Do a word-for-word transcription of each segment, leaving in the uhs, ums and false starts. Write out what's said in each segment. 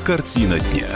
Картина дня.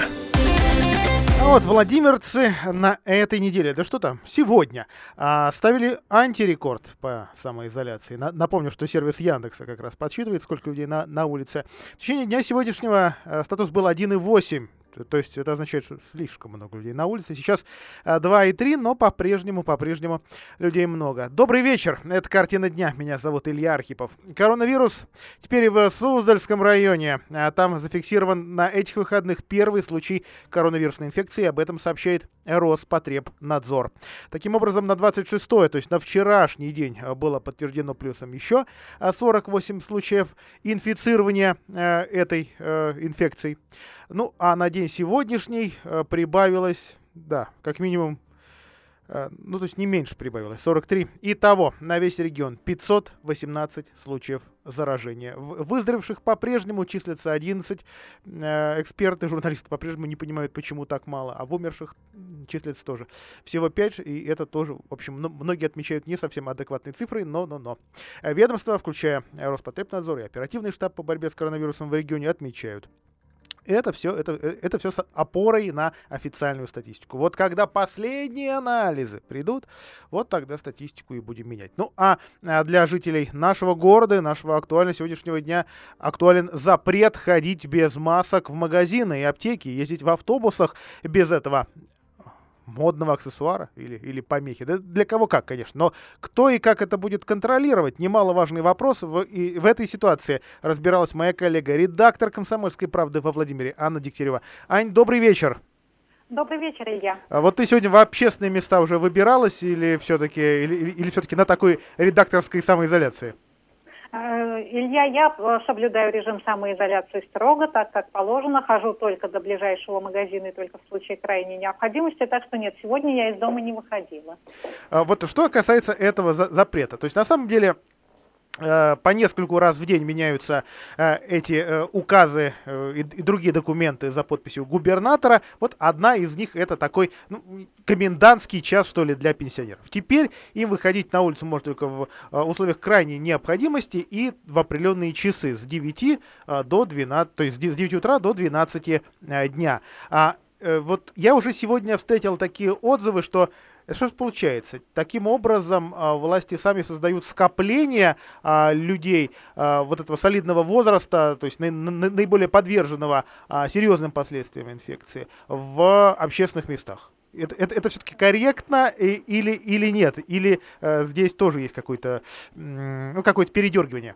А вот владимирцы на этой неделе, да что там, сегодня а, ставили антирекорд по самоизоляции. На, напомню, что сервис Яндекса как раз подсчитывает, сколько людей на, на улице. В течение дня сегодняшнего а, статус был один и восемь. То есть это означает, что слишком много людей на улице. Сейчас а, два и три, но по-прежнему, по-прежнему людей много. Добрый вечер. Это «Картина дня». Меня зовут Илья Архипов. Коронавирус теперь и в Суздальском районе. А там зафиксирован на этих выходных первый случай коронавирусной инфекции. Об этом сообщает Роспотребнадзор. Таким образом, на двадцать шестое, то есть на вчерашний день, было подтверждено плюсом еще сорок восемь случаев инфицирования э, этой э, инфекцией. Ну, а на день сегодняшний э, прибавилось, да, как минимум, э, ну, то есть не меньше прибавилось, сорок три. Итого, на весь регион пятьсот восемнадцать случаев заражения. В выздоровевших по-прежнему числятся одиннадцать. Э, эксперты, журналисты по-прежнему не понимают, почему так мало. А в умерших числится тоже всего пять. И это тоже, в общем, ну, многие отмечают не совсем адекватные цифры, но-но-но. Ведомства, включая Роспотребнадзор и оперативный штаб по борьбе с коронавирусом в регионе, отмечают. Это все, это, это все с опорой на официальную статистику. Вот когда последние анализы придут, вот тогда статистику и будем менять. Ну, а для жителей нашего города, нашего актуального сегодняшнего дня, актуален запрет ходить без масок в магазины и аптеки, ездить в автобусах без этого модного аксессуара или, или помехи. Да для кого как, конечно. Но кто и как это будет контролировать, немаловажный вопрос. В, и в этой ситуации разбиралась моя коллега, редактор «Комсомольской правды» во Владимире, Анна Дегтярева. Ань, добрый вечер. Добрый вечер, Илья. А вот ты сегодня в общественные места уже выбиралась или все-таки, или, или все-таки на такой редакторской самоизоляции? Илья, я соблюдаю режим самоизоляции строго, так как положено. Хожу только до ближайшего магазина и только в случае крайней необходимости. Так что нет, сегодня я из дома не выходила. А вот что касается этого за- запрета. То есть на самом деле по нескольку раз в день меняются э, эти э, указы э, и, и другие документы за подписью губернатора. Вот одна из них — это такой ну, комендантский час, что ли, для пенсионеров. Теперь им выходить на улицу можно только в э, условиях крайней необходимости и в определенные часы с девяти э, до двенадцати, то есть с девяти утра до двенадцати э, дня. А э, вот я уже сегодня встретил такие отзывы, что что же получается? Таким образом, а, власти сами создают скопление а, людей а, вот этого солидного возраста, то есть на, на, наиболее подверженного а, серьезным последствиям инфекции в общественных местах. Это, это, это все-таки корректно и, или, или нет? Или а, здесь тоже есть какое-то, ну, какое-то передергивание?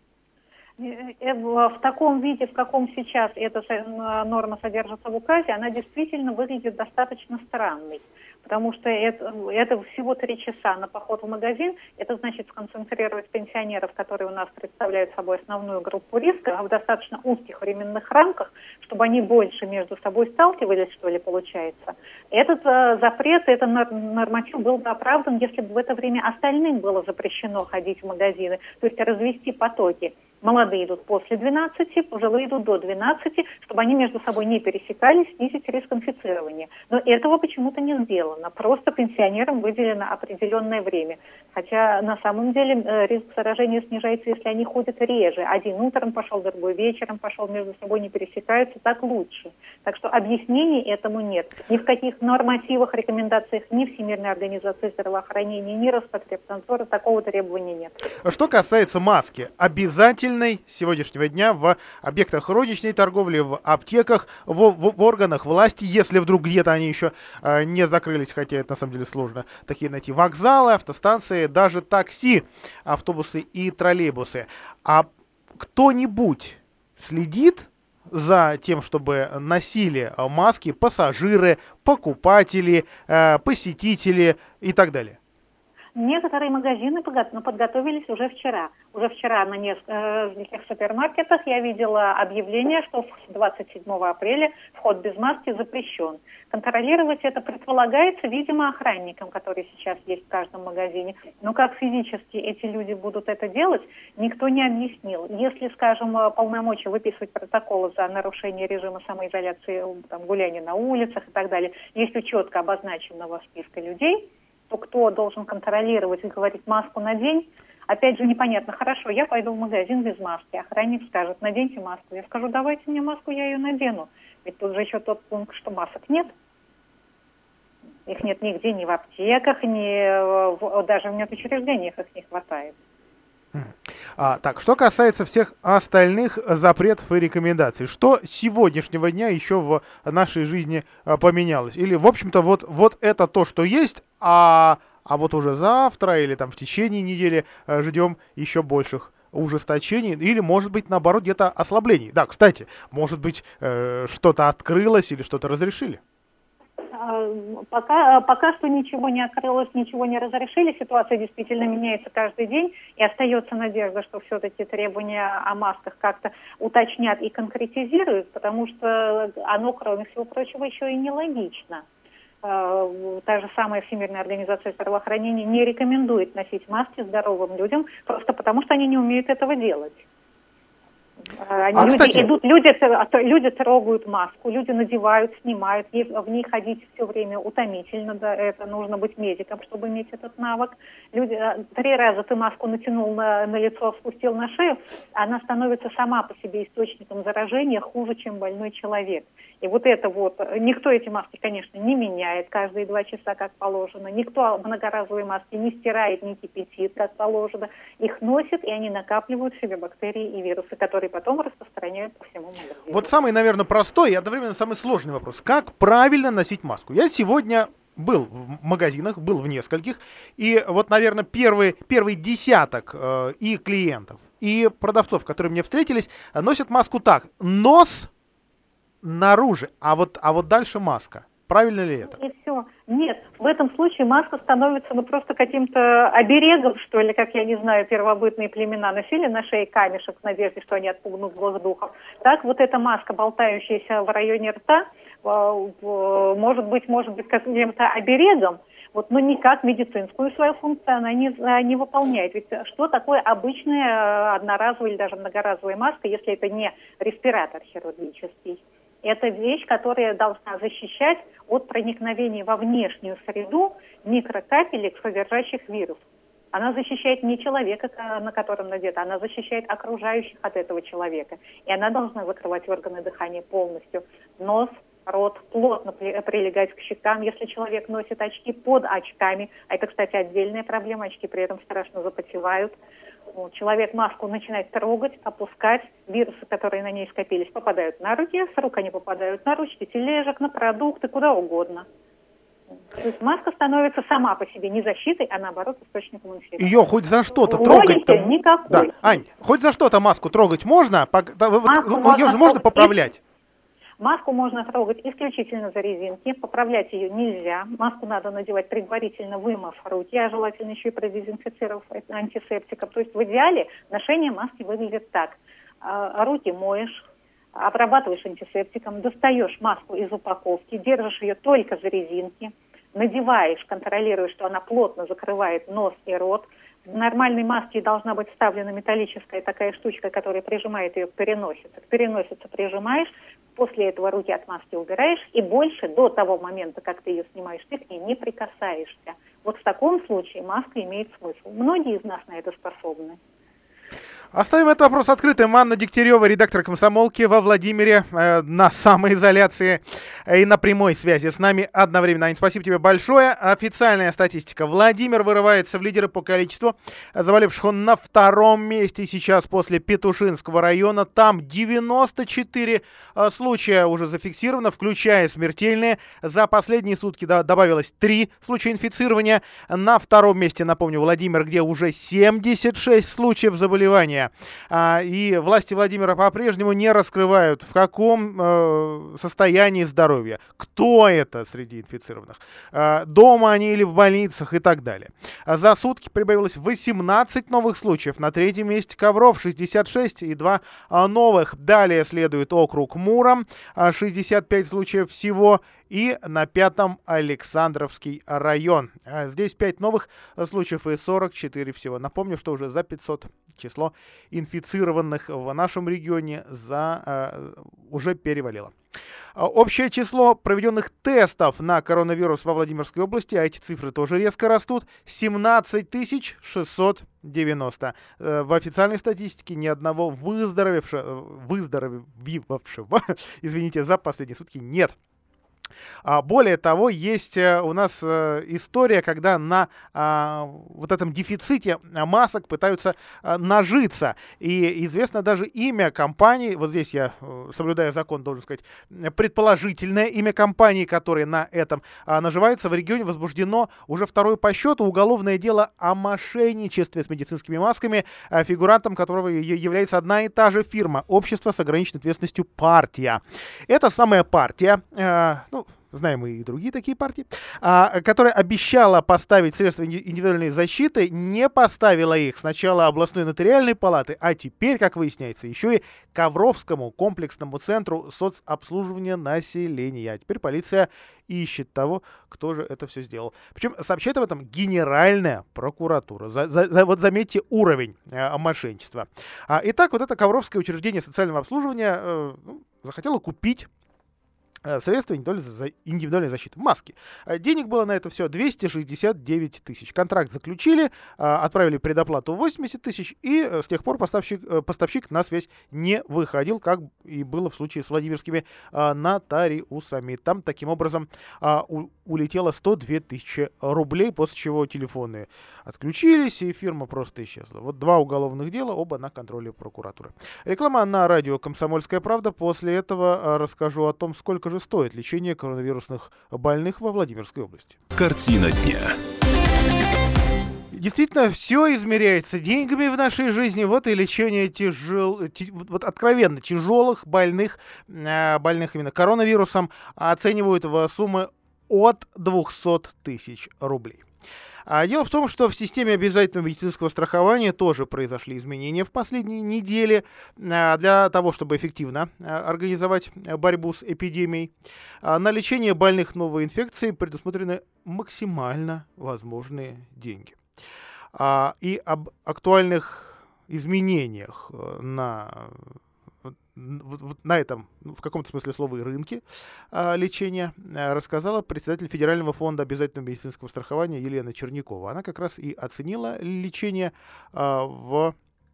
В таком виде, в каком сейчас эта норма содержится в указе, она действительно выглядит достаточно странной. Потому что это, это всего три часа на поход в магазин. Это значит сконцентрировать пенсионеров, которые у нас представляют собой основную группу риска, в достаточно узких временных рамках, чтобы они больше между собой сталкивались, что ли, получается. Этот э, запрет, этот норматив был бы оправдан, если бы в это время остальным было запрещено ходить в магазины, то есть развести потоки. Молодые идут после двенадцати, пожилые идут до двенадцати, чтобы они между собой не пересекались, снизить риск инфицирования. Но этого почему-то не сделано. Просто пенсионерам выделено определенное время. Хотя на самом деле э, риск заражения снижается, если они ходят реже. Один утром пошел, другой вечером пошел, между собой не пересекаются, так лучше. Так что объяснений этому нет. Ни в каких нормативах, рекомендациях ни Всемирной организации здравоохранения, ни Роспотребнадзора такого требования нет. Что касается маски, обязательно сегодняшнего дня в объектах розничной торговли, в аптеках, в, в, в органах власти, если вдруг где-то они еще э, не закрылись, хотя это на самом деле сложно такие найти, вокзалы, автостанции, даже такси, автобусы и троллейбусы. А кто-нибудь следит за тем, чтобы носили маски пассажиры, покупатели, э, посетители и так далее? Некоторые магазины подготовились уже вчера. Уже вчера на нескольких супермаркетах я видела объявление, что с двадцать седьмого апреля вход без маски запрещен. Контролировать это предполагается, видимо, охранникам, которые сейчас есть в каждом магазине. Но как физически эти люди будут это делать, никто не объяснил. Если, скажем, полномочия выписывать протоколы за нарушение режима самоизоляции, там, гуляния на улицах и так далее, есть у четко обозначенного списка людей, то кто должен контролировать и говорить «маску надень», опять же непонятно. Хорошо, я пойду в магазин без маски. Охранник скажет «наденьте маску». Я скажу «давайте мне маску, я ее надену». Ведь тут же еще тот пункт, что масок нет. Их нет нигде, ни в аптеках, ни в, даже в медучреждениях их не хватает. А, так, что касается всех остальных запретов и рекомендаций, что с сегодняшнего дня еще в нашей жизни а, поменялось? Или, в общем-то, вот, вот это то, что есть, а, а вот уже завтра или там в течение недели а, ждем еще больших ужесточений или, может быть, наоборот, где-то ослаблений. Да, кстати, может быть, э, что-то открылось или что-то разрешили? Пока, пока что ничего не открылось, ничего не разрешили. Ситуация действительно меняется каждый день. И остается надежда, что все-таки требования о масках как-то уточнят и конкретизируют, потому что оно, кроме всего прочего, еще и нелогично. Та же самая Всемирная организация здравоохранения не рекомендует носить маски здоровым людям, просто потому что они не умеют этого делать. Они, а, люди кстати... идут, люди, люди трогают маску, люди надевают, снимают, в ней ходить все время утомительно, да, это нужно быть медиком, чтобы иметь этот навык. Люди, три раза ты маску натянул на, на лицо, спустил на шею, она становится сама по себе источником заражения хуже, чем больной человек. И вот это вот, никто эти маски, конечно, не меняет каждые два часа, как положено, никто многоразовые маски не стирает, не кипятит, как положено, их носит, и они накапливают в себе бактерии и вирусы, которые потом распространяют по всему магазину. Вот самый, наверное, простой и одновременно самый сложный вопрос. Как правильно носить маску? Я сегодня был в магазинах, был в нескольких, и вот, наверное, первый, первый десяток э, и клиентов, и продавцов, которые мне встретились, носят маску так. Нос наружу, а вот, а вот дальше маска. Правильно ли это? И все. Нет, в этом случае маска становится ну просто каким-то оберегом, что ли, как, я не знаю, первобытные племена носили на шее камешек в надежде, что они отпугнут злых духов. Так вот эта маска, болтающаяся в районе рта, может быть, может быть каким-то оберегом, вот, но никак медицинскую свою функцию она не, не выполняет. Ведь что такое обычная одноразовая или даже многоразовая маска, если это не респиратор хирургический? Это вещь, которая должна защищать от проникновения во внешнюю среду микрокапелек, содержащих вирус. Она защищает не человека, на котором надета, она защищает окружающих от этого человека. И она должна закрывать органы дыхания полностью. Нос, рот, плотно прилегать к щекам. Если человек носит очки под очками, а это, кстати, отдельная проблема, очки при этом страшно запотевают. Человек маску начинает трогать, опускать, вирусы, которые на ней скопились, попадают на руки, с рук они попадают на ручки, тележек, на продукты, куда угодно. То есть маска становится сама по себе не защитой, а наоборот источником инфекции. Ее хоть за что-то трогать-то... никакой. Да. Ань, хоть за что-то маску трогать можно? Маску ну, ее же можно поправлять? Маску можно трогать исключительно за резинки, поправлять ее нельзя. Маску надо надевать предварительно, вымыв руки, а желательно еще и продезинфицировав антисептиком. То есть в идеале ношение маски выглядит так. Руки моешь, обрабатываешь антисептиком, достаешь маску из упаковки, держишь ее только за резинки, надеваешь, контролируешь, что она плотно закрывает нос и рот. В нормальной маске должна быть вставлена металлическая такая штучка, которая прижимает ее к переносице. К переносице прижимаешь, после этого руки от маски убираешь, и больше до того момента, как ты ее снимаешь, ты к ней не прикасаешься. Вот в таком случае маска имеет смысл. Многие из нас на это способны. Оставим этот вопрос открытым. Анна Дегтярева, редактор «Комсомолки» во Владимире, э, на самоизоляции и на прямой связи с нами одновременно. Ань, спасибо тебе большое. Официальная статистика. Владимир вырывается в лидеры по количеству заболевших. Он на втором месте сейчас после Петушинского района. Там девяносто четыре э, случая уже зафиксировано, включая смертельные. За последние сутки да, добавилось три случая инфицирования. На втором месте, напомню, Владимир, где уже семьдесят шесть случаев заболевания. И власти Владимира по-прежнему не раскрывают, в каком э, состоянии здоровья, кто это среди инфицированных, э, дома они или в больницах и так далее. За сутки прибавилось восемнадцать новых случаев. На третьем месте Ковров шестьдесят шесть и два новых. Далее следует округ Муром, шестьдесят пять случаев всего. И на пятом Александровский район. Здесь пять новых случаев и сорок четыре всего. Напомню, что уже за пятьсот число инфицированных в нашем регионе за, uh, уже перевалило. Общее число проведенных тестов на коронавирус во Владимирской области, а эти цифры тоже резко растут, семнадцать тысяч шестьсот девяносто. В официальной статистике ни одного выздоровевшего, выздоровевшего, извините, за последние сутки нет. А, более того, есть а, у нас а, история, когда на а, вот этом дефиците масок пытаются а, нажиться. И известно даже имя компании, вот здесь я, соблюдая закон, должен сказать, предположительное имя компании, которое на этом а, наживается. В регионе возбуждено уже второе по счету уголовное дело о мошенничестве с медицинскими масками, а, фигурантом которого является одна и та же фирма, общество с ограниченной ответственностью «Партия». Это самая партия, а, ну, знаем мы и другие такие партии, а, которая обещала поставить средства индивидуальной защиты, не поставила их сначала областной нотариальной палаты, а теперь, как выясняется, еще и Ковровскому комплексному центру соцобслуживания населения. А теперь полиция ищет того, кто же это все сделал. Причем сообщает об этом Генеральная прокуратура. За, за, за, вот заметьте уровень э, мошенничества. А, итак, вот это Ковровское учреждение социального обслуживания э, ну, захотело купить средства индивидуальной, индивидуальной защиты, маски. Денег было на это все двести шестьдесят девять тысяч. Контракт заключили, отправили предоплату восемьдесят тысяч, и с тех пор поставщик, поставщик на связь не выходил, как и было в случае с владимирскими нотариусами. Там таким образом улетело сто две тысячи рублей, после чего телефоны отключились, и фирма просто исчезла. Вот два уголовных дела, оба на контроле прокуратуры. Реклама на радио «Комсомольская правда». После этого расскажу о том, сколько же стоит лечение коронавирусных больных во Владимирской области. Картина дня. Действительно, все измеряется деньгами в нашей жизни. Вот и лечение тяжел, т, вот откровенно тяжелых больных, э, больных именно коронавирусом оценивают в суммы от двухсот тысяч рублей. А дело в том, что в системе обязательного медицинского страхования тоже произошли изменения в последние недели для того, чтобы эффективно организовать борьбу с эпидемией. На лечение больных новой инфекцией предусмотрены максимально возможные деньги. И об актуальных изменениях на Вот на этом, в каком-то смысле слова, и рынке а, лечения а, рассказала председатель Федерального фонда обязательного медицинского страхования Елена Чернякова. Она как раз и оценила лечение а, в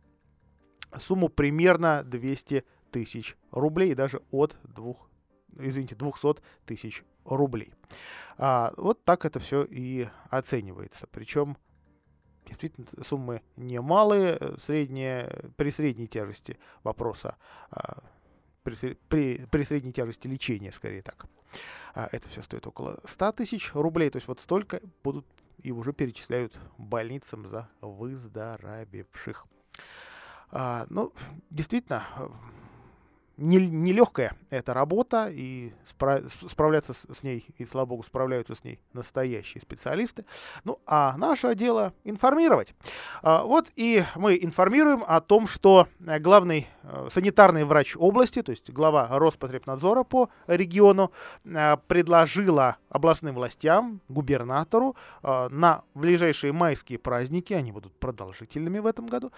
сумму примерно двести тысяч рублей, и даже от двух, извините, двухсот тысяч рублей. А, вот так это все и оценивается. Причем действительно, суммы немалые, средние, при средней тяжести вопроса, а, при, при, при средней тяжести лечения, скорее так. А, это все стоит около ста тысяч рублей, то есть вот столько будут и уже перечисляют больницам за выздоровевших. А, ну, действительно, нелегкая не эта работа, и спра- справляться с, с ней, и, слава богу, справляются с ней настоящие специалисты. Ну, а наше дело информировать. А, вот и мы информируем о том, что главный э, санитарный врач области, то есть глава Роспотребнадзора по региону, э, предложила областным властям, губернатору э, на ближайшие майские праздники, они будут продолжительными в этом году,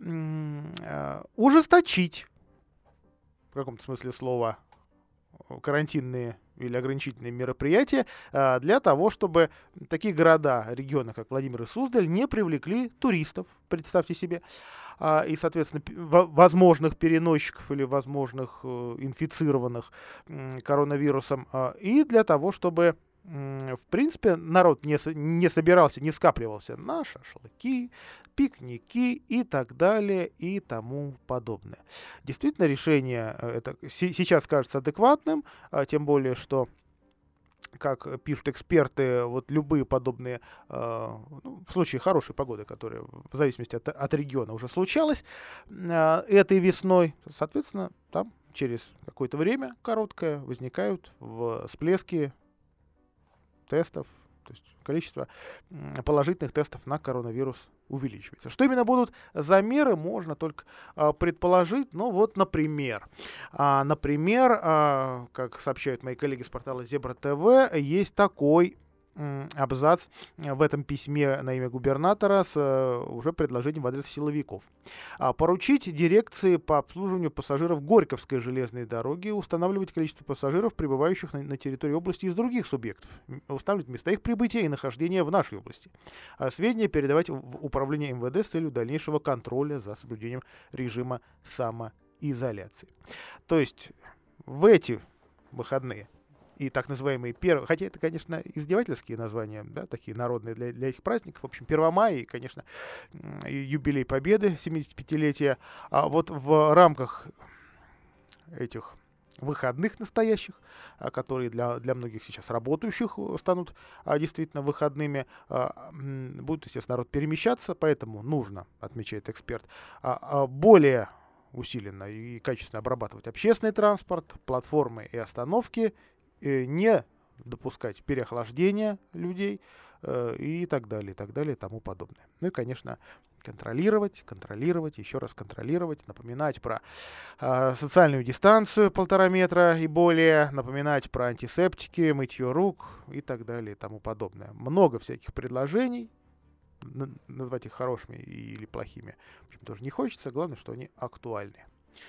э, ужесточить в каком-то смысле слова карантинные или ограничительные мероприятия а, для того, чтобы такие города, регионы, как Владимир и Суздаль, не привлекли туристов, представьте себе, а, и, соответственно, в- возможных переносчиков или возможных э, инфицированных м, коронавирусом, а, и для того, чтобы в принципе, народ не, не собирался, не скапливался на шашлыки, пикники и так далее и тому подобное. Действительно, решение это сейчас кажется адекватным, тем более, что, как пишут эксперты, вот любые подобные, ну, в случае хорошей погоды, которая в зависимости от, от региона уже случалась этой весной, соответственно, там через какое-то время короткое возникают всплески тестов, то есть количество положительных тестов на коронавирус увеличивается. Что именно будут за меры, можно только а, предположить. Ну вот, например, а, например, а, как сообщают мои коллеги с портала Зебра ТВ, есть такой абзац в этом письме на имя губернатора с уже предложением в адрес силовиков. Поручить дирекции по обслуживанию пассажиров Горьковской железной дороги устанавливать количество пассажиров, прибывающих на, на территории области из других субъектов, устанавливать места их прибытия и нахождения в нашей области. А сведения передавать в управление эм вэ дэ с целью дальнейшего контроля за соблюдением режима самоизоляции. То есть в эти выходные и так называемые первые, хотя это, конечно, издевательские названия, да, такие народные для, для этих праздников. В общем, первое мая и, конечно, юбилей Победы, семидесятипятилетия. А вот в рамках этих выходных настоящих, которые для, для многих сейчас работающих станут а, действительно выходными, а, будет, естественно, народ перемещаться, поэтому нужно, отмечает эксперт, а, а более усиленно и качественно обрабатывать общественный транспорт, платформы и остановки, не допускать переохлаждения людей э, и так далее, и так далее, и тому подобное. Ну и, конечно, контролировать, контролировать, еще раз контролировать, напоминать про э, социальную дистанцию полтора метра и более, напоминать про антисептики, мытье рук и так далее, и тому подобное. Много всяких предложений, н- назвать их хорошими или плохими, в общем, тоже не хочется, главное, что они актуальны.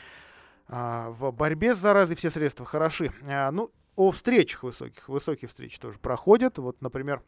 А, в борьбе с заразой все средства хороши. А, ну, О встречах высоких. Высокие встречи тоже проходят. Вот, например,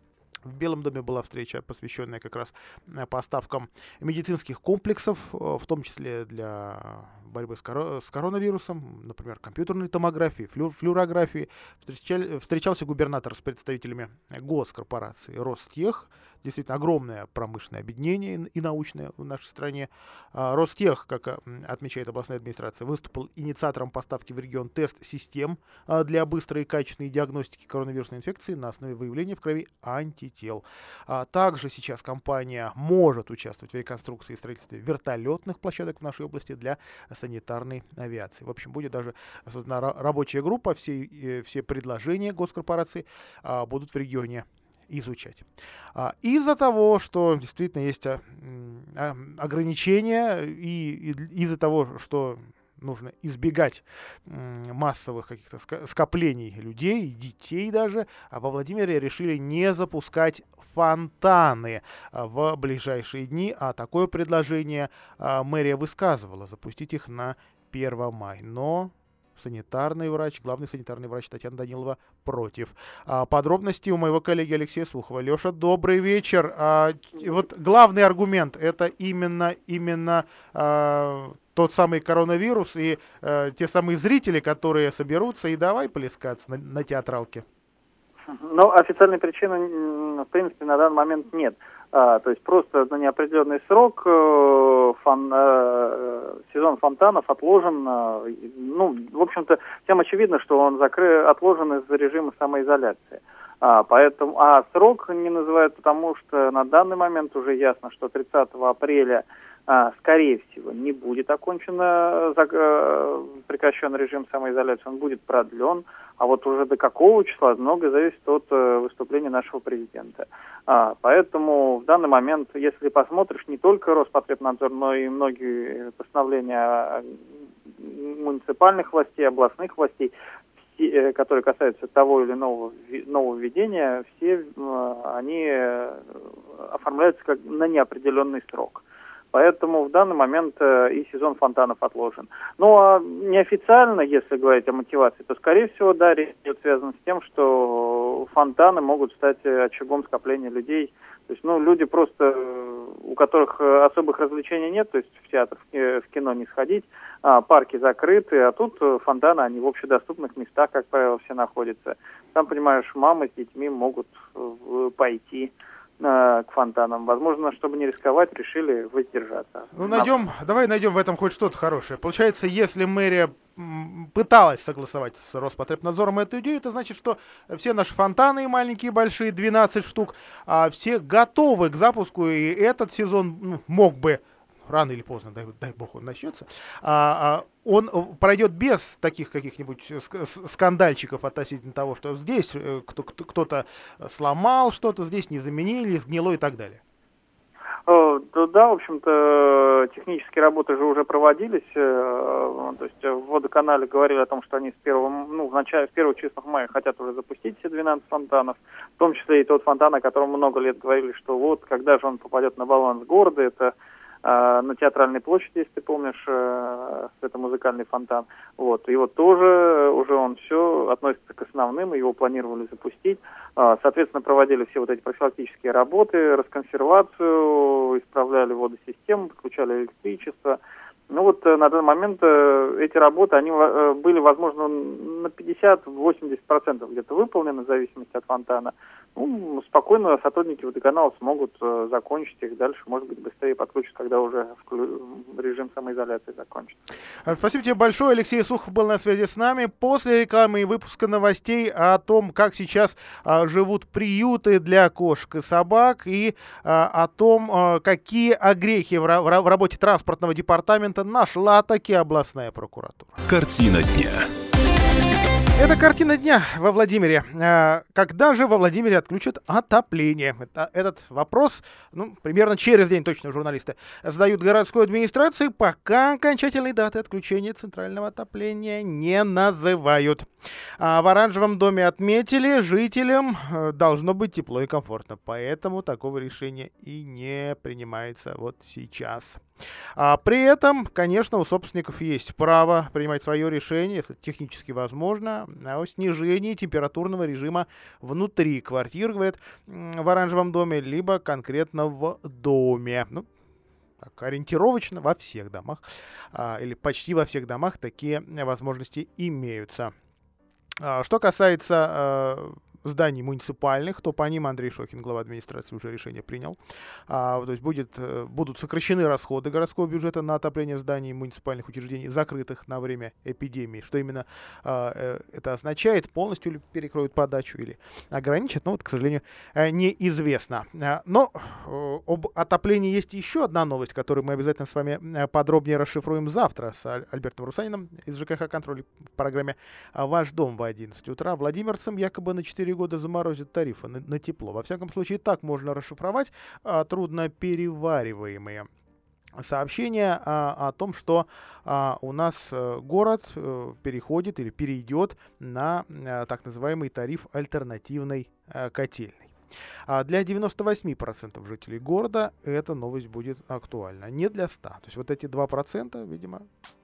в Белом доме была встреча, посвященная как раз поставкам медицинских комплексов, в том числе для борьбы с, коро- с коронавирусом, например, компьютерной томографии, флю- флюорографии. Встречали, встречался губернатор с представителями госкорпорации Ростех. Действительно огромное промышленное объединение и научное в нашей стране. Ростех, как отмечает областная администрация, выступил инициатором поставки в регион тест-систем для быстрой и качественной диагностики коронавирусной инфекции на основе выявления в крови антител. Также сейчас компания может участвовать в реконструкции и строительстве вертолетных площадок в нашей области для санитарной авиации. В общем, будет даже создана рабочая группа, все, все предложения госкорпорации будут в регионе изучать. А, из-за того, что действительно есть а, а, ограничения, и, и из-за того, что нужно избегать м, массовых каких-то ска- скоплений людей, детей даже, а во Владимире решили не запускать фонтаны а, в ближайшие дни, а такое предложение а, мэрия высказывала, запустить их на первое мая. Но санитарный врач, главный санитарный врач Татьяна Данилова против. А, подробности у моего коллеги Алексея Сухова. Леша, добрый вечер. А, вот главный аргумент — это именно, именно а, тот самый коронавирус и а, те самые зрители, которые соберутся и давай плескаться на, на театралке. Ну, официальной причины, в принципе, на данный момент нет. А, то есть просто на неопределенный срок э, фон, э, сезон фонтанов отложен. Э, ну, в общем-то, всем очевидно, что он закры... отложен из-за режима самоизоляции. А, поэтому, а срок не называют, потому что на данный момент уже ясно, что тридцатого апреля а, скорее всего не будет окончен, э, э, прекращен режим самоизоляции, он будет продлен. А вот уже до какого числа многое зависит от э, выступления нашего президента. А, поэтому в данный момент, если посмотришь, не только Роспотребнадзор, но и многие постановления муниципальных властей, областных властей, все, э, которые касаются того или иного нововведения, все э, они оформляются как на неопределенный срок. Поэтому в данный момент э, и сезон фонтанов отложен. Ну а неофициально, если говорить о мотивации, то, скорее всего, да, речь идет связана с тем, что фонтаны могут стать очагом скопления людей. То есть, ну, люди просто, у которых особых развлечений нет, то есть в театр, в кино не сходить, а парки закрыты, а тут фонтаны, они в общедоступных местах, как правило, все находятся. Там, понимаешь, мамы с детьми могут пойти к фонтанам. Возможно, чтобы не рисковать, решили воздержаться. Ну, найдем, давай найдем в этом хоть что-то хорошее. Получается, если мэрия м, пыталась согласовать с Роспотребнадзором эту идею, это значит, что все наши фонтаны, маленькие, большие, двенадцать штук, а, все готовы к запуску, и этот сезон ну, мог бы рано или поздно, дай, дай бог, он начнется, а, а, он пройдет без таких каких-нибудь ск- скандальчиков относительно того, что здесь кто- кто- кто-то сломал что-то, здесь не заменили, сгнило и так далее. Э, да, да, в общем-то, технические работы же уже проводились. Э, то есть в водоканале говорили о том, что они с первого, ну, в начале, в первых числах мая хотят уже запустить все двенадцать фонтанов, в том числе и тот фонтан, о котором много лет говорили, что вот, когда же он попадет на баланс города, это э, на Театральной площади, если ты помнишь, э, это музыкальный фонтан. Вот, и вот тоже уже он все относится к основным, его планировали запустить. Соответственно, проводили все вот эти профилактические работы, расконсервацию, исправляли водосистему, подключали электричество. Ну вот на данный момент эти работы, они были, возможно, на пятьдесят-восемьдесят процентов где-то выполнены, в зависимости от фонтана. Ну, спокойно сотрудники водоканала смогут закончить их дальше, может быть, быстрее подключат, когда уже режим самоизоляции закончится. Спасибо тебе большое. Алексей Сухов был на связи с нами. После рекламы и выпуска новостей о том, как сейчас а, живут приюты для кошек и собак, и а, о том, а, какие огрехи в, в, в работе транспортного департамента нашла таки областная прокуратура. Картина дня. Это картина дня во Владимире. Когда же во Владимире отключат отопление? Это, этот вопрос, ну, примерно через день точно журналисты задают городской администрации, пока окончательной даты отключения центрального отопления не называют. А в Оранжевом доме отметили, жителям должно быть тепло и комфортно, поэтому такого решения и не принимается вот сейчас. А при этом, конечно, у собственников есть право принимать свое решение, если технически возможно, о снижении температурного режима внутри квартир, говорят, в Оранжевом доме, либо конкретно в доме. Ну, так, ориентировочно во всех домах, а, или почти во всех домах такие возможности имеются. А, что касается а, зданий муниципальных, то по ним Андрей Шохин, глава администрации, уже решение принял. А, то есть будет, будут сокращены расходы городского бюджета на отопление зданий муниципальных учреждений, закрытых на время эпидемии. Что именно а, это означает? Полностью ли перекроют подачу или ограничат? Ну вот, к сожалению, неизвестно. Но об отоплении есть еще одна новость, которую мы обязательно с вами подробнее расшифруем завтра с Альбертом Русаниным из ЖКХ «Контроль» в программе «Ваш дом» в одиннадцать утра. Владимирцам якобы на четыре года заморозят тарифы на, на тепло. Во всяком случае, так можно расшифровать а, трудно перевариваемые сообщения а, о том, что а, у нас а, город а, переходит или перейдет на а, так называемый тариф альтернативной а, котельной. А для девяноста восьми процентов жителей города эта новость будет актуальна. Не для ста. То есть вот эти два процента, видимо...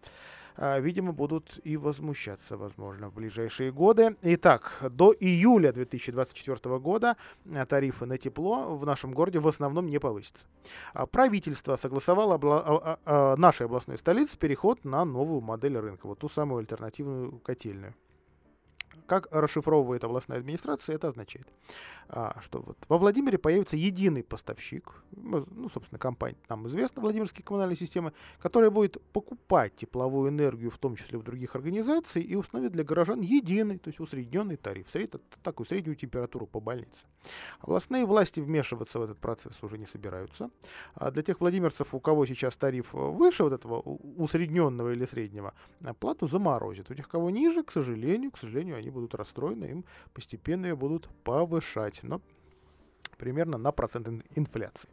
видимо, будут и возмущаться, возможно, в ближайшие годы. Итак, до июля две тысячи двадцать четвёртого года тарифы на тепло в нашем городе в основном не повысятся. Правительство согласовало обла- нашей областной столице переход на новую модель рынка, вот ту самую альтернативную котельную. Как расшифровывает областная администрация, это означает, а, что вот во Владимире появится единый поставщик, ну, собственно, компания, нам известна, Владимирские коммунальные системы, которая будет покупать тепловую энергию, в том числе в других организаций, и установит для горожан единый, то есть усредненный тариф, сред, такую среднюю температуру по больнице. Областные власти вмешиваться в этот процесс уже не собираются. А для тех владимирцев, у кого сейчас тариф выше вот этого усредненного или среднего, плату заморозят. У тех, кого ниже, к сожалению, к сожалению, они будут расстроены, им постепенно ее будут повышать, но примерно на процент инфляции.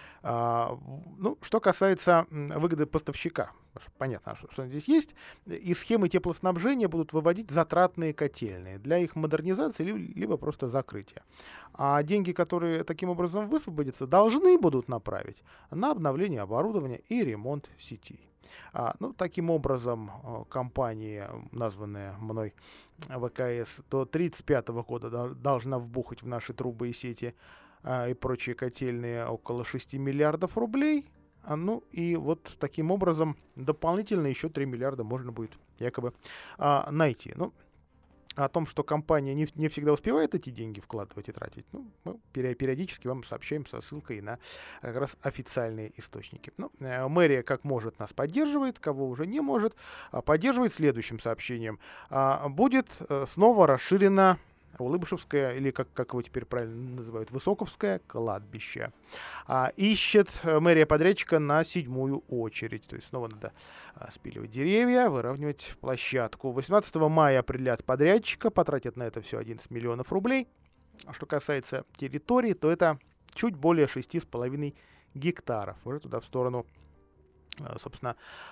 А, ну, что касается выгоды поставщика, понятно, что, что здесь есть, из схемы теплоснабжения будут выводить затратные котельные для их модернизации либо просто закрытия. А деньги, которые таким образом высвободятся, должны будут направить на обновление оборудования и ремонт сетей. А, ну, таким образом, компания, названная мной ВКС, до тридцать пятого года должна вбухать в наши трубы и сети а, и прочие котельные около шести миллиардов рублей. А, ну и вот таким образом дополнительно еще три миллиарда можно будет якобы а, найти. Ну, о том, что компания не, не всегда успевает эти деньги вкладывать и тратить, ну, мы периодически вам сообщаем со ссылкой на как раз официальные источники. Ну, э, мэрия как может нас поддерживает, кого уже не может, а поддерживает следующим сообщением. А, будет э, снова расширена Улыбышевское, или как, как его теперь правильно называют, Высоковское кладбище. А, ищет мэрия подрядчика на седьмую очередь. То есть снова надо а, спиливать деревья, выравнивать площадку. восемнадцатого мая определят подрядчика, потратят на это все одиннадцать миллионов рублей. А что касается территории, то это чуть более шести с половиной гектаров уже туда в сторону, собственно,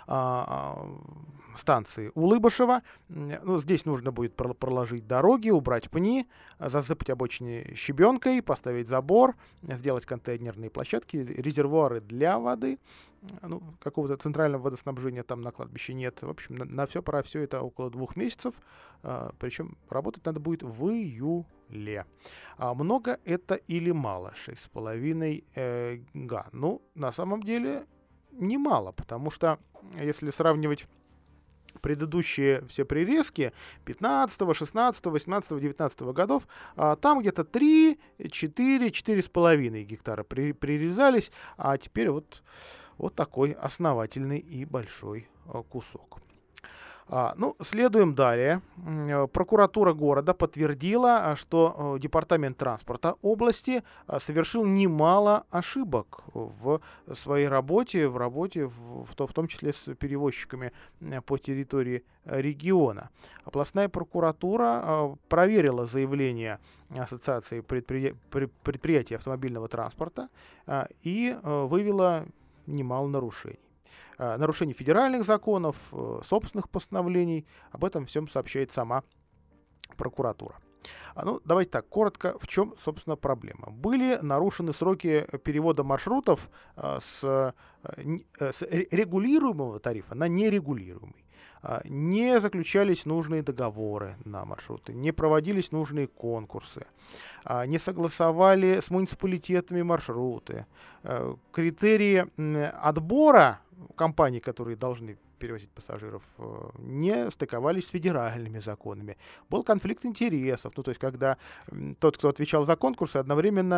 станции Улыбышева. Ну, здесь нужно будет проложить дороги, убрать пни, засыпать обочины щебенкой, поставить забор, сделать контейнерные площадки, резервуары для воды. Ну, какого-то центрального водоснабжения там на кладбище нет. В общем, на, на все про все это около двух месяцев. А, причем работать надо будет в июле. А много это или мало? шесть с половиной э, га. Ну, на самом деле, немало, потому что если сравнивать предыдущие все прирезки пятнадцатого, шестнадцатого, восемнадцатого, девятнадцатого годов, а, там где-то три, четыре, четыре с половиной гектара при, прирезались, а теперь вот, вот такой основательный и большой а, кусок. А, ну, следуем далее. Прокуратура города подтвердила, что Департамент транспорта области совершил немало ошибок в своей работе, в работе, в, в том числе с перевозчиками по территории региона. Областная прокуратура проверила заявление Ассоциации предпри... предприятий автомобильного транспорта и выявила немало нарушений. Нарушений федеральных законов, собственных постановлений. Об этом всем сообщает сама прокуратура. Ну, давайте так, коротко, в чем, собственно, проблема. Были нарушены сроки перевода маршрутов с, с регулируемого тарифа на нерегулируемый. Не заключались нужные договоры на маршруты, не проводились нужные конкурсы, не согласовали с муниципалитетами маршруты. Критерии отбора компаний, которые должны перевозить пассажиров, не стыковались с федеральными законами. Был конфликт интересов, ну, то есть когда тот, кто отвечал за конкурсы, одновременно,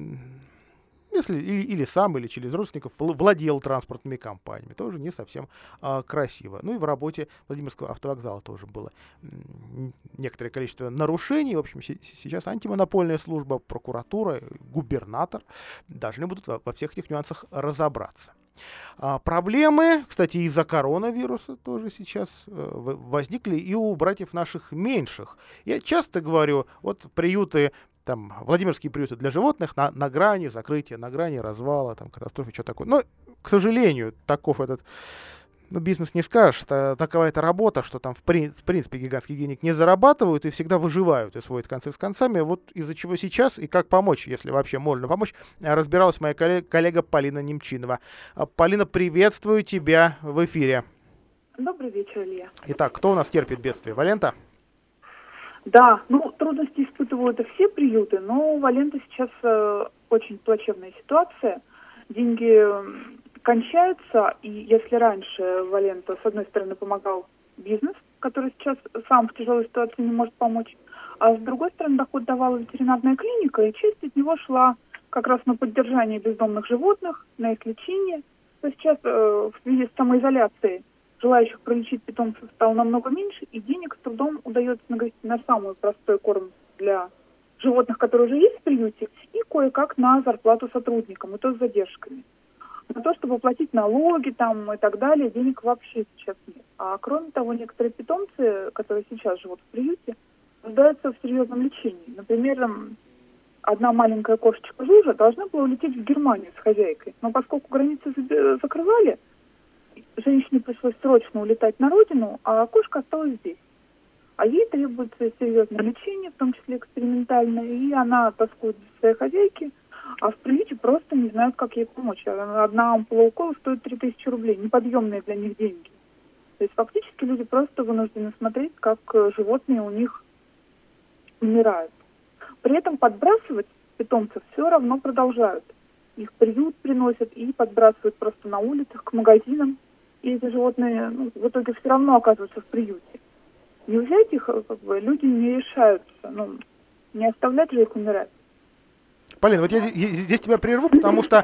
если или, или сам, или через родственников владел транспортными компаниями, тоже не совсем а, красиво. Ну и в работе Владимирского автовокзала тоже было м, некоторое количество нарушений. В общем, с- сейчас антимонопольная служба, прокуратура, губернатор должны будут во, во всех этих нюансах разобраться. А, проблемы, кстати, из-за коронавируса тоже сейчас э, возникли и у братьев наших меньших. Я часто говорю, вот приюты, там, Владимирские приюты для животных на, на грани закрытия, на грани развала, там, катастрофы, что такое. Но, к сожалению, таков этот, ну, бизнес не скажешь, та, такова эта работа, что там в, при, в принципе гигантских денег не зарабатывают и всегда выживают и сводят концы с концами. Вот из-за чего сейчас и как помочь, если вообще можно помочь, разбиралась моя коллега, коллега Полина Немчинова. Полина, приветствую тебя в эфире. Добрый вечер, Илья. Итак, кто у нас терпит бедствие? Валента? Да, ну, трудности испытывают и все приюты, но у Валенты сейчас э, очень плачевная ситуация. Деньги э, кончаются, и если раньше Валента, с одной стороны, помогал бизнес, который сейчас сам в тяжелой ситуации не может помочь, а с другой стороны, доход давала ветеринарная клиника, и часть от него шла как раз на поддержание бездомных животных, на их лечение. То сейчас э, в связи с самоизоляцией желающих пролечить питомцев стало намного меньше, и денег с трудом удается нагрести на самый простой корм для животных, которые уже есть в приюте, и кое-как на зарплату сотрудникам, и то с задержками. На то, чтобы платить налоги там и так далее, денег вообще сейчас нет. А кроме того, некоторые питомцы, которые сейчас живут в приюте, нуждаются в серьезном лечении. Например, одна маленькая кошечка Жужа должна была улететь в Германию с хозяйкой, но поскольку границы закрывали, женщине пришлось срочно улетать на родину, а кошка осталась здесь. А ей требуется серьезное лечение, в том числе экспериментальное, и она тоскует за своей хозяйки, а в приюте просто не знают, как ей помочь. Одна ампула укола стоит три тысячи рублей, неподъемные для них деньги. То есть фактически люди просто вынуждены смотреть, как животные у них умирают. При этом подбрасывать питомцев все равно продолжают. Их приют приносят и подбрасывают просто на улицах, к магазинам. И эти животные, ну, в итоге все равно оказываются в приюте. Не взять их, как бы, люди не решаются. Ну, не оставлять же их умирать. Полина, вот я здесь тебя прерву, потому что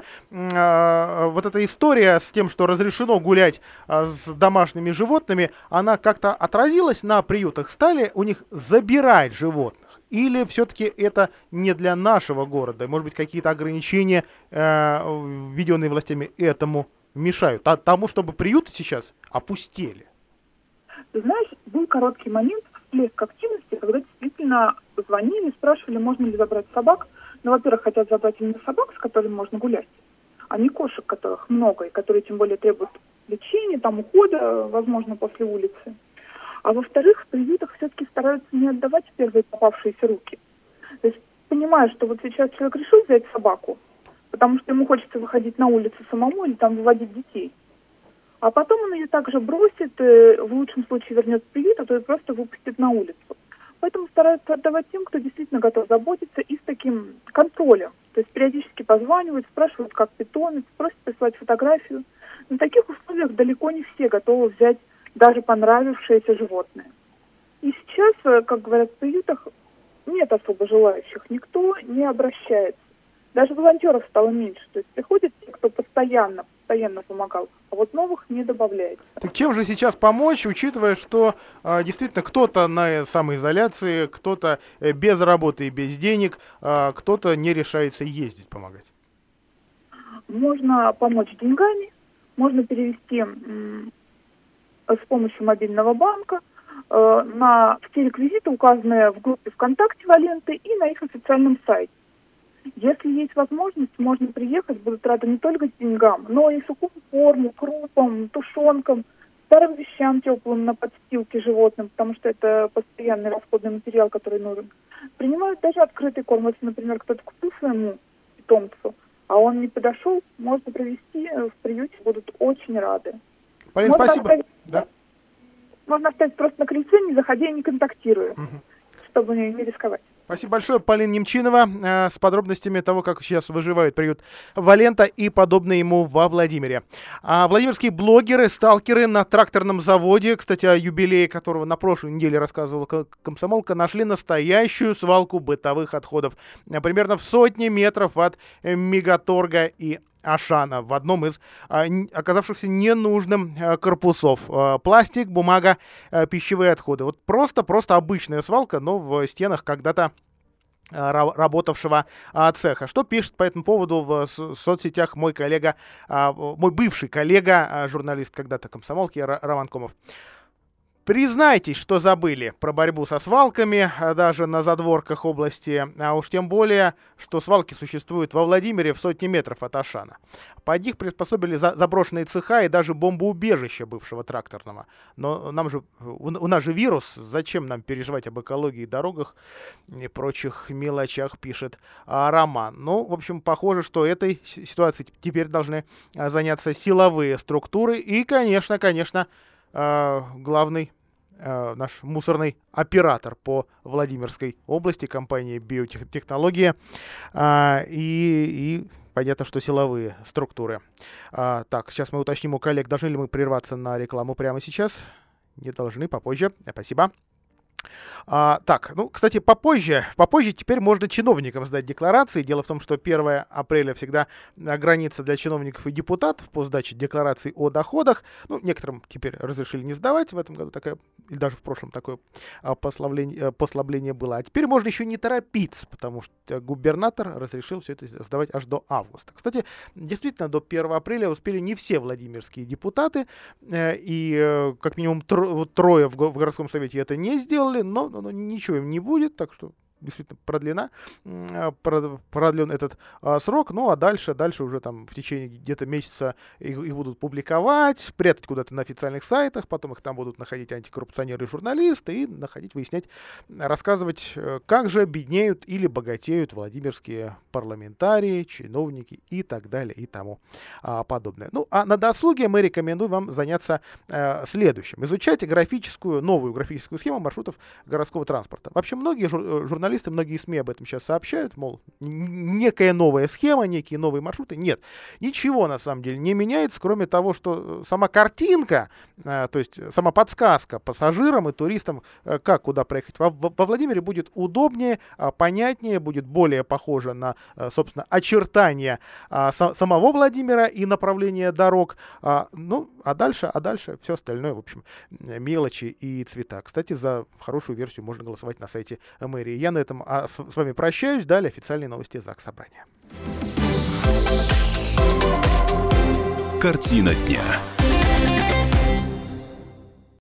э, вот эта история с тем, что разрешено гулять э, с домашними животными, она как-то отразилась на приютах? Стали у них забирать животных? Или все-таки это не для нашего города? Может быть, какие-то ограничения, э, введенные властями, этому мешают? А тому, чтобы приюты сейчас опустели? Ты знаешь, был короткий момент, всплеск активности, когда действительно звонили, спрашивали, можно ли забрать собак. Ну, во-первых, хотят забрать именно собак, с которыми можно гулять. а не кошек, которых много, и которые тем более требуют лечения, там, ухода, возможно, после улицы. А во-вторых, в приютах все-таки стараются не отдавать в первые попавшиеся руки. То есть понимая, что вот сейчас человек решил взять собаку, потому что ему хочется выходить на улицу самому или там выводить детей. А потом он ее также бросит, в лучшем случае вернет в приют, а то и просто выпустит на улицу. Поэтому стараются отдавать тем, кто действительно готов заботиться, и с таким контролем. То есть периодически позванивают, спрашивают, как питомец, просят прислать фотографию. На таких условиях далеко не все готовы взять даже понравившееся животное. И сейчас, как говорят в приютах, нет особо желающих, никто не обращается. Даже волонтеров стало меньше. То есть приходят те, кто постоянно, постоянно помогал, а вот новых не добавляется. Так чем же сейчас помочь, учитывая, что э, действительно кто-то на самоизоляции, кто-то э, без работы и без денег, э, кто-то не решается ездить помогать? Можно помочь деньгами, можно перевести м- с помощью мобильного банка э, на все реквизиты, указанные в группе ВКонтакте Валенты, и на их официальном сайте. Если есть возможность, можно приехать, будут рады не только деньгам, но и сухому корму, крупам, тушенкам, старым вещам теплым на подстилке животным, потому что это постоянный расходный материал, который нужен. Принимают даже открытый корм. Если, например, кто-то купил своему питомцу, а он не подошел, можно привезти в приюте, будут очень рады. Полин, можно спасибо. Оставить, да. Можно оставить просто на крыльце, не заходя и не контактируя, угу. чтобы не, не рисковать. Спасибо большое, Полина Немчинова, э, с подробностями того, как сейчас выживает приют Валента и подобные ему во Владимире. А владимирские блогеры, сталкеры на тракторном заводе, кстати, о юбилее которого на прошлой неделе рассказывала комсомолка, нашли настоящую свалку бытовых отходов. Примерно в сотне метров от Мегаторга и Ашана в одном из а, оказавшихся ненужным а, корпусов. А, пластик, бумага, а, пищевые отходы. Вот просто-просто обычная свалка, но в стенах когда-то а, работавшего а, цеха. Что пишет по этому поводу в с- соцсетях мой коллега, а, мой бывший коллега, а, журналист когда-то комсомолки Р- Роман Комов. Признайтесь, что забыли про борьбу со свалками, даже на задворках области, а уж тем более, что свалки существуют во Владимире в сотне метров от Ашана. Под них приспособили за- заброшенные цеха и даже бомбоубежище бывшего тракторного. Но нам же, у, у нас же вирус, зачем нам переживать об экологии, дорогах и прочих мелочах, пишет а, Роман. Ну, в общем, похоже, что этой ситуацией теперь должны а, заняться силовые структуры и, конечно, конечно, главный э, наш мусорный оператор по Владимирской области, компания «Биотехнология», э, и, и понятно, что силовые структуры. А, так, сейчас мы уточним у коллег, должны ли мы прерваться на рекламу прямо сейчас? Не должны, попозже. Спасибо. А, так, ну, кстати, попозже, попозже теперь можно чиновникам сдать декларации. Дело в том, что первое апреля всегда граница для чиновников и депутатов по сдаче деклараций о доходах. Ну, некоторым теперь разрешили не сдавать. В этом году такая, или даже в прошлом такое а, послабление, послабление было. А теперь можно еще не торопиться, потому что губернатор разрешил все это сдавать аж до августа. Кстати, действительно, до первого апреля успели не все владимирские депутаты. Э, и э, как минимум тро, трое в, в городском совете это не сделали. Но, но, но ничего им не будет, так что действительно продлена, продлен этот а, срок, ну а дальше, дальше уже там в течение где-то месяца их, их будут публиковать, прятать куда-то на официальных сайтах, потом их там будут находить антикоррупционеры и журналисты и находить, выяснять, рассказывать, как же беднеют или богатеют владимирские парламентарии, чиновники и так далее и тому а, подобное. Ну а на досуге мы рекомендуем вам заняться а, следующим. Изучать графическую, новую графическую схему маршрутов городского транспорта. Вообще многие жур- журналисты многие СМИ об этом сейчас сообщают, мол, некая новая схема, некие новые маршруты. Нет, ничего на самом деле не меняется, кроме того, что сама картинка, э, то есть сама подсказка пассажирам и туристам, э, как куда проехать во, во Владимире, будет удобнее, э, понятнее, будет более похоже на, э, собственно, очертания э, с, самого Владимира и направления дорог. Э, ну, а дальше, а дальше все остальное, в общем, мелочи и цвета. Кстати, за хорошую версию можно голосовать на сайте мэрии. Я на этом а с, с вами прощаюсь. Далее официальные новости Заксобрания. Картина дня.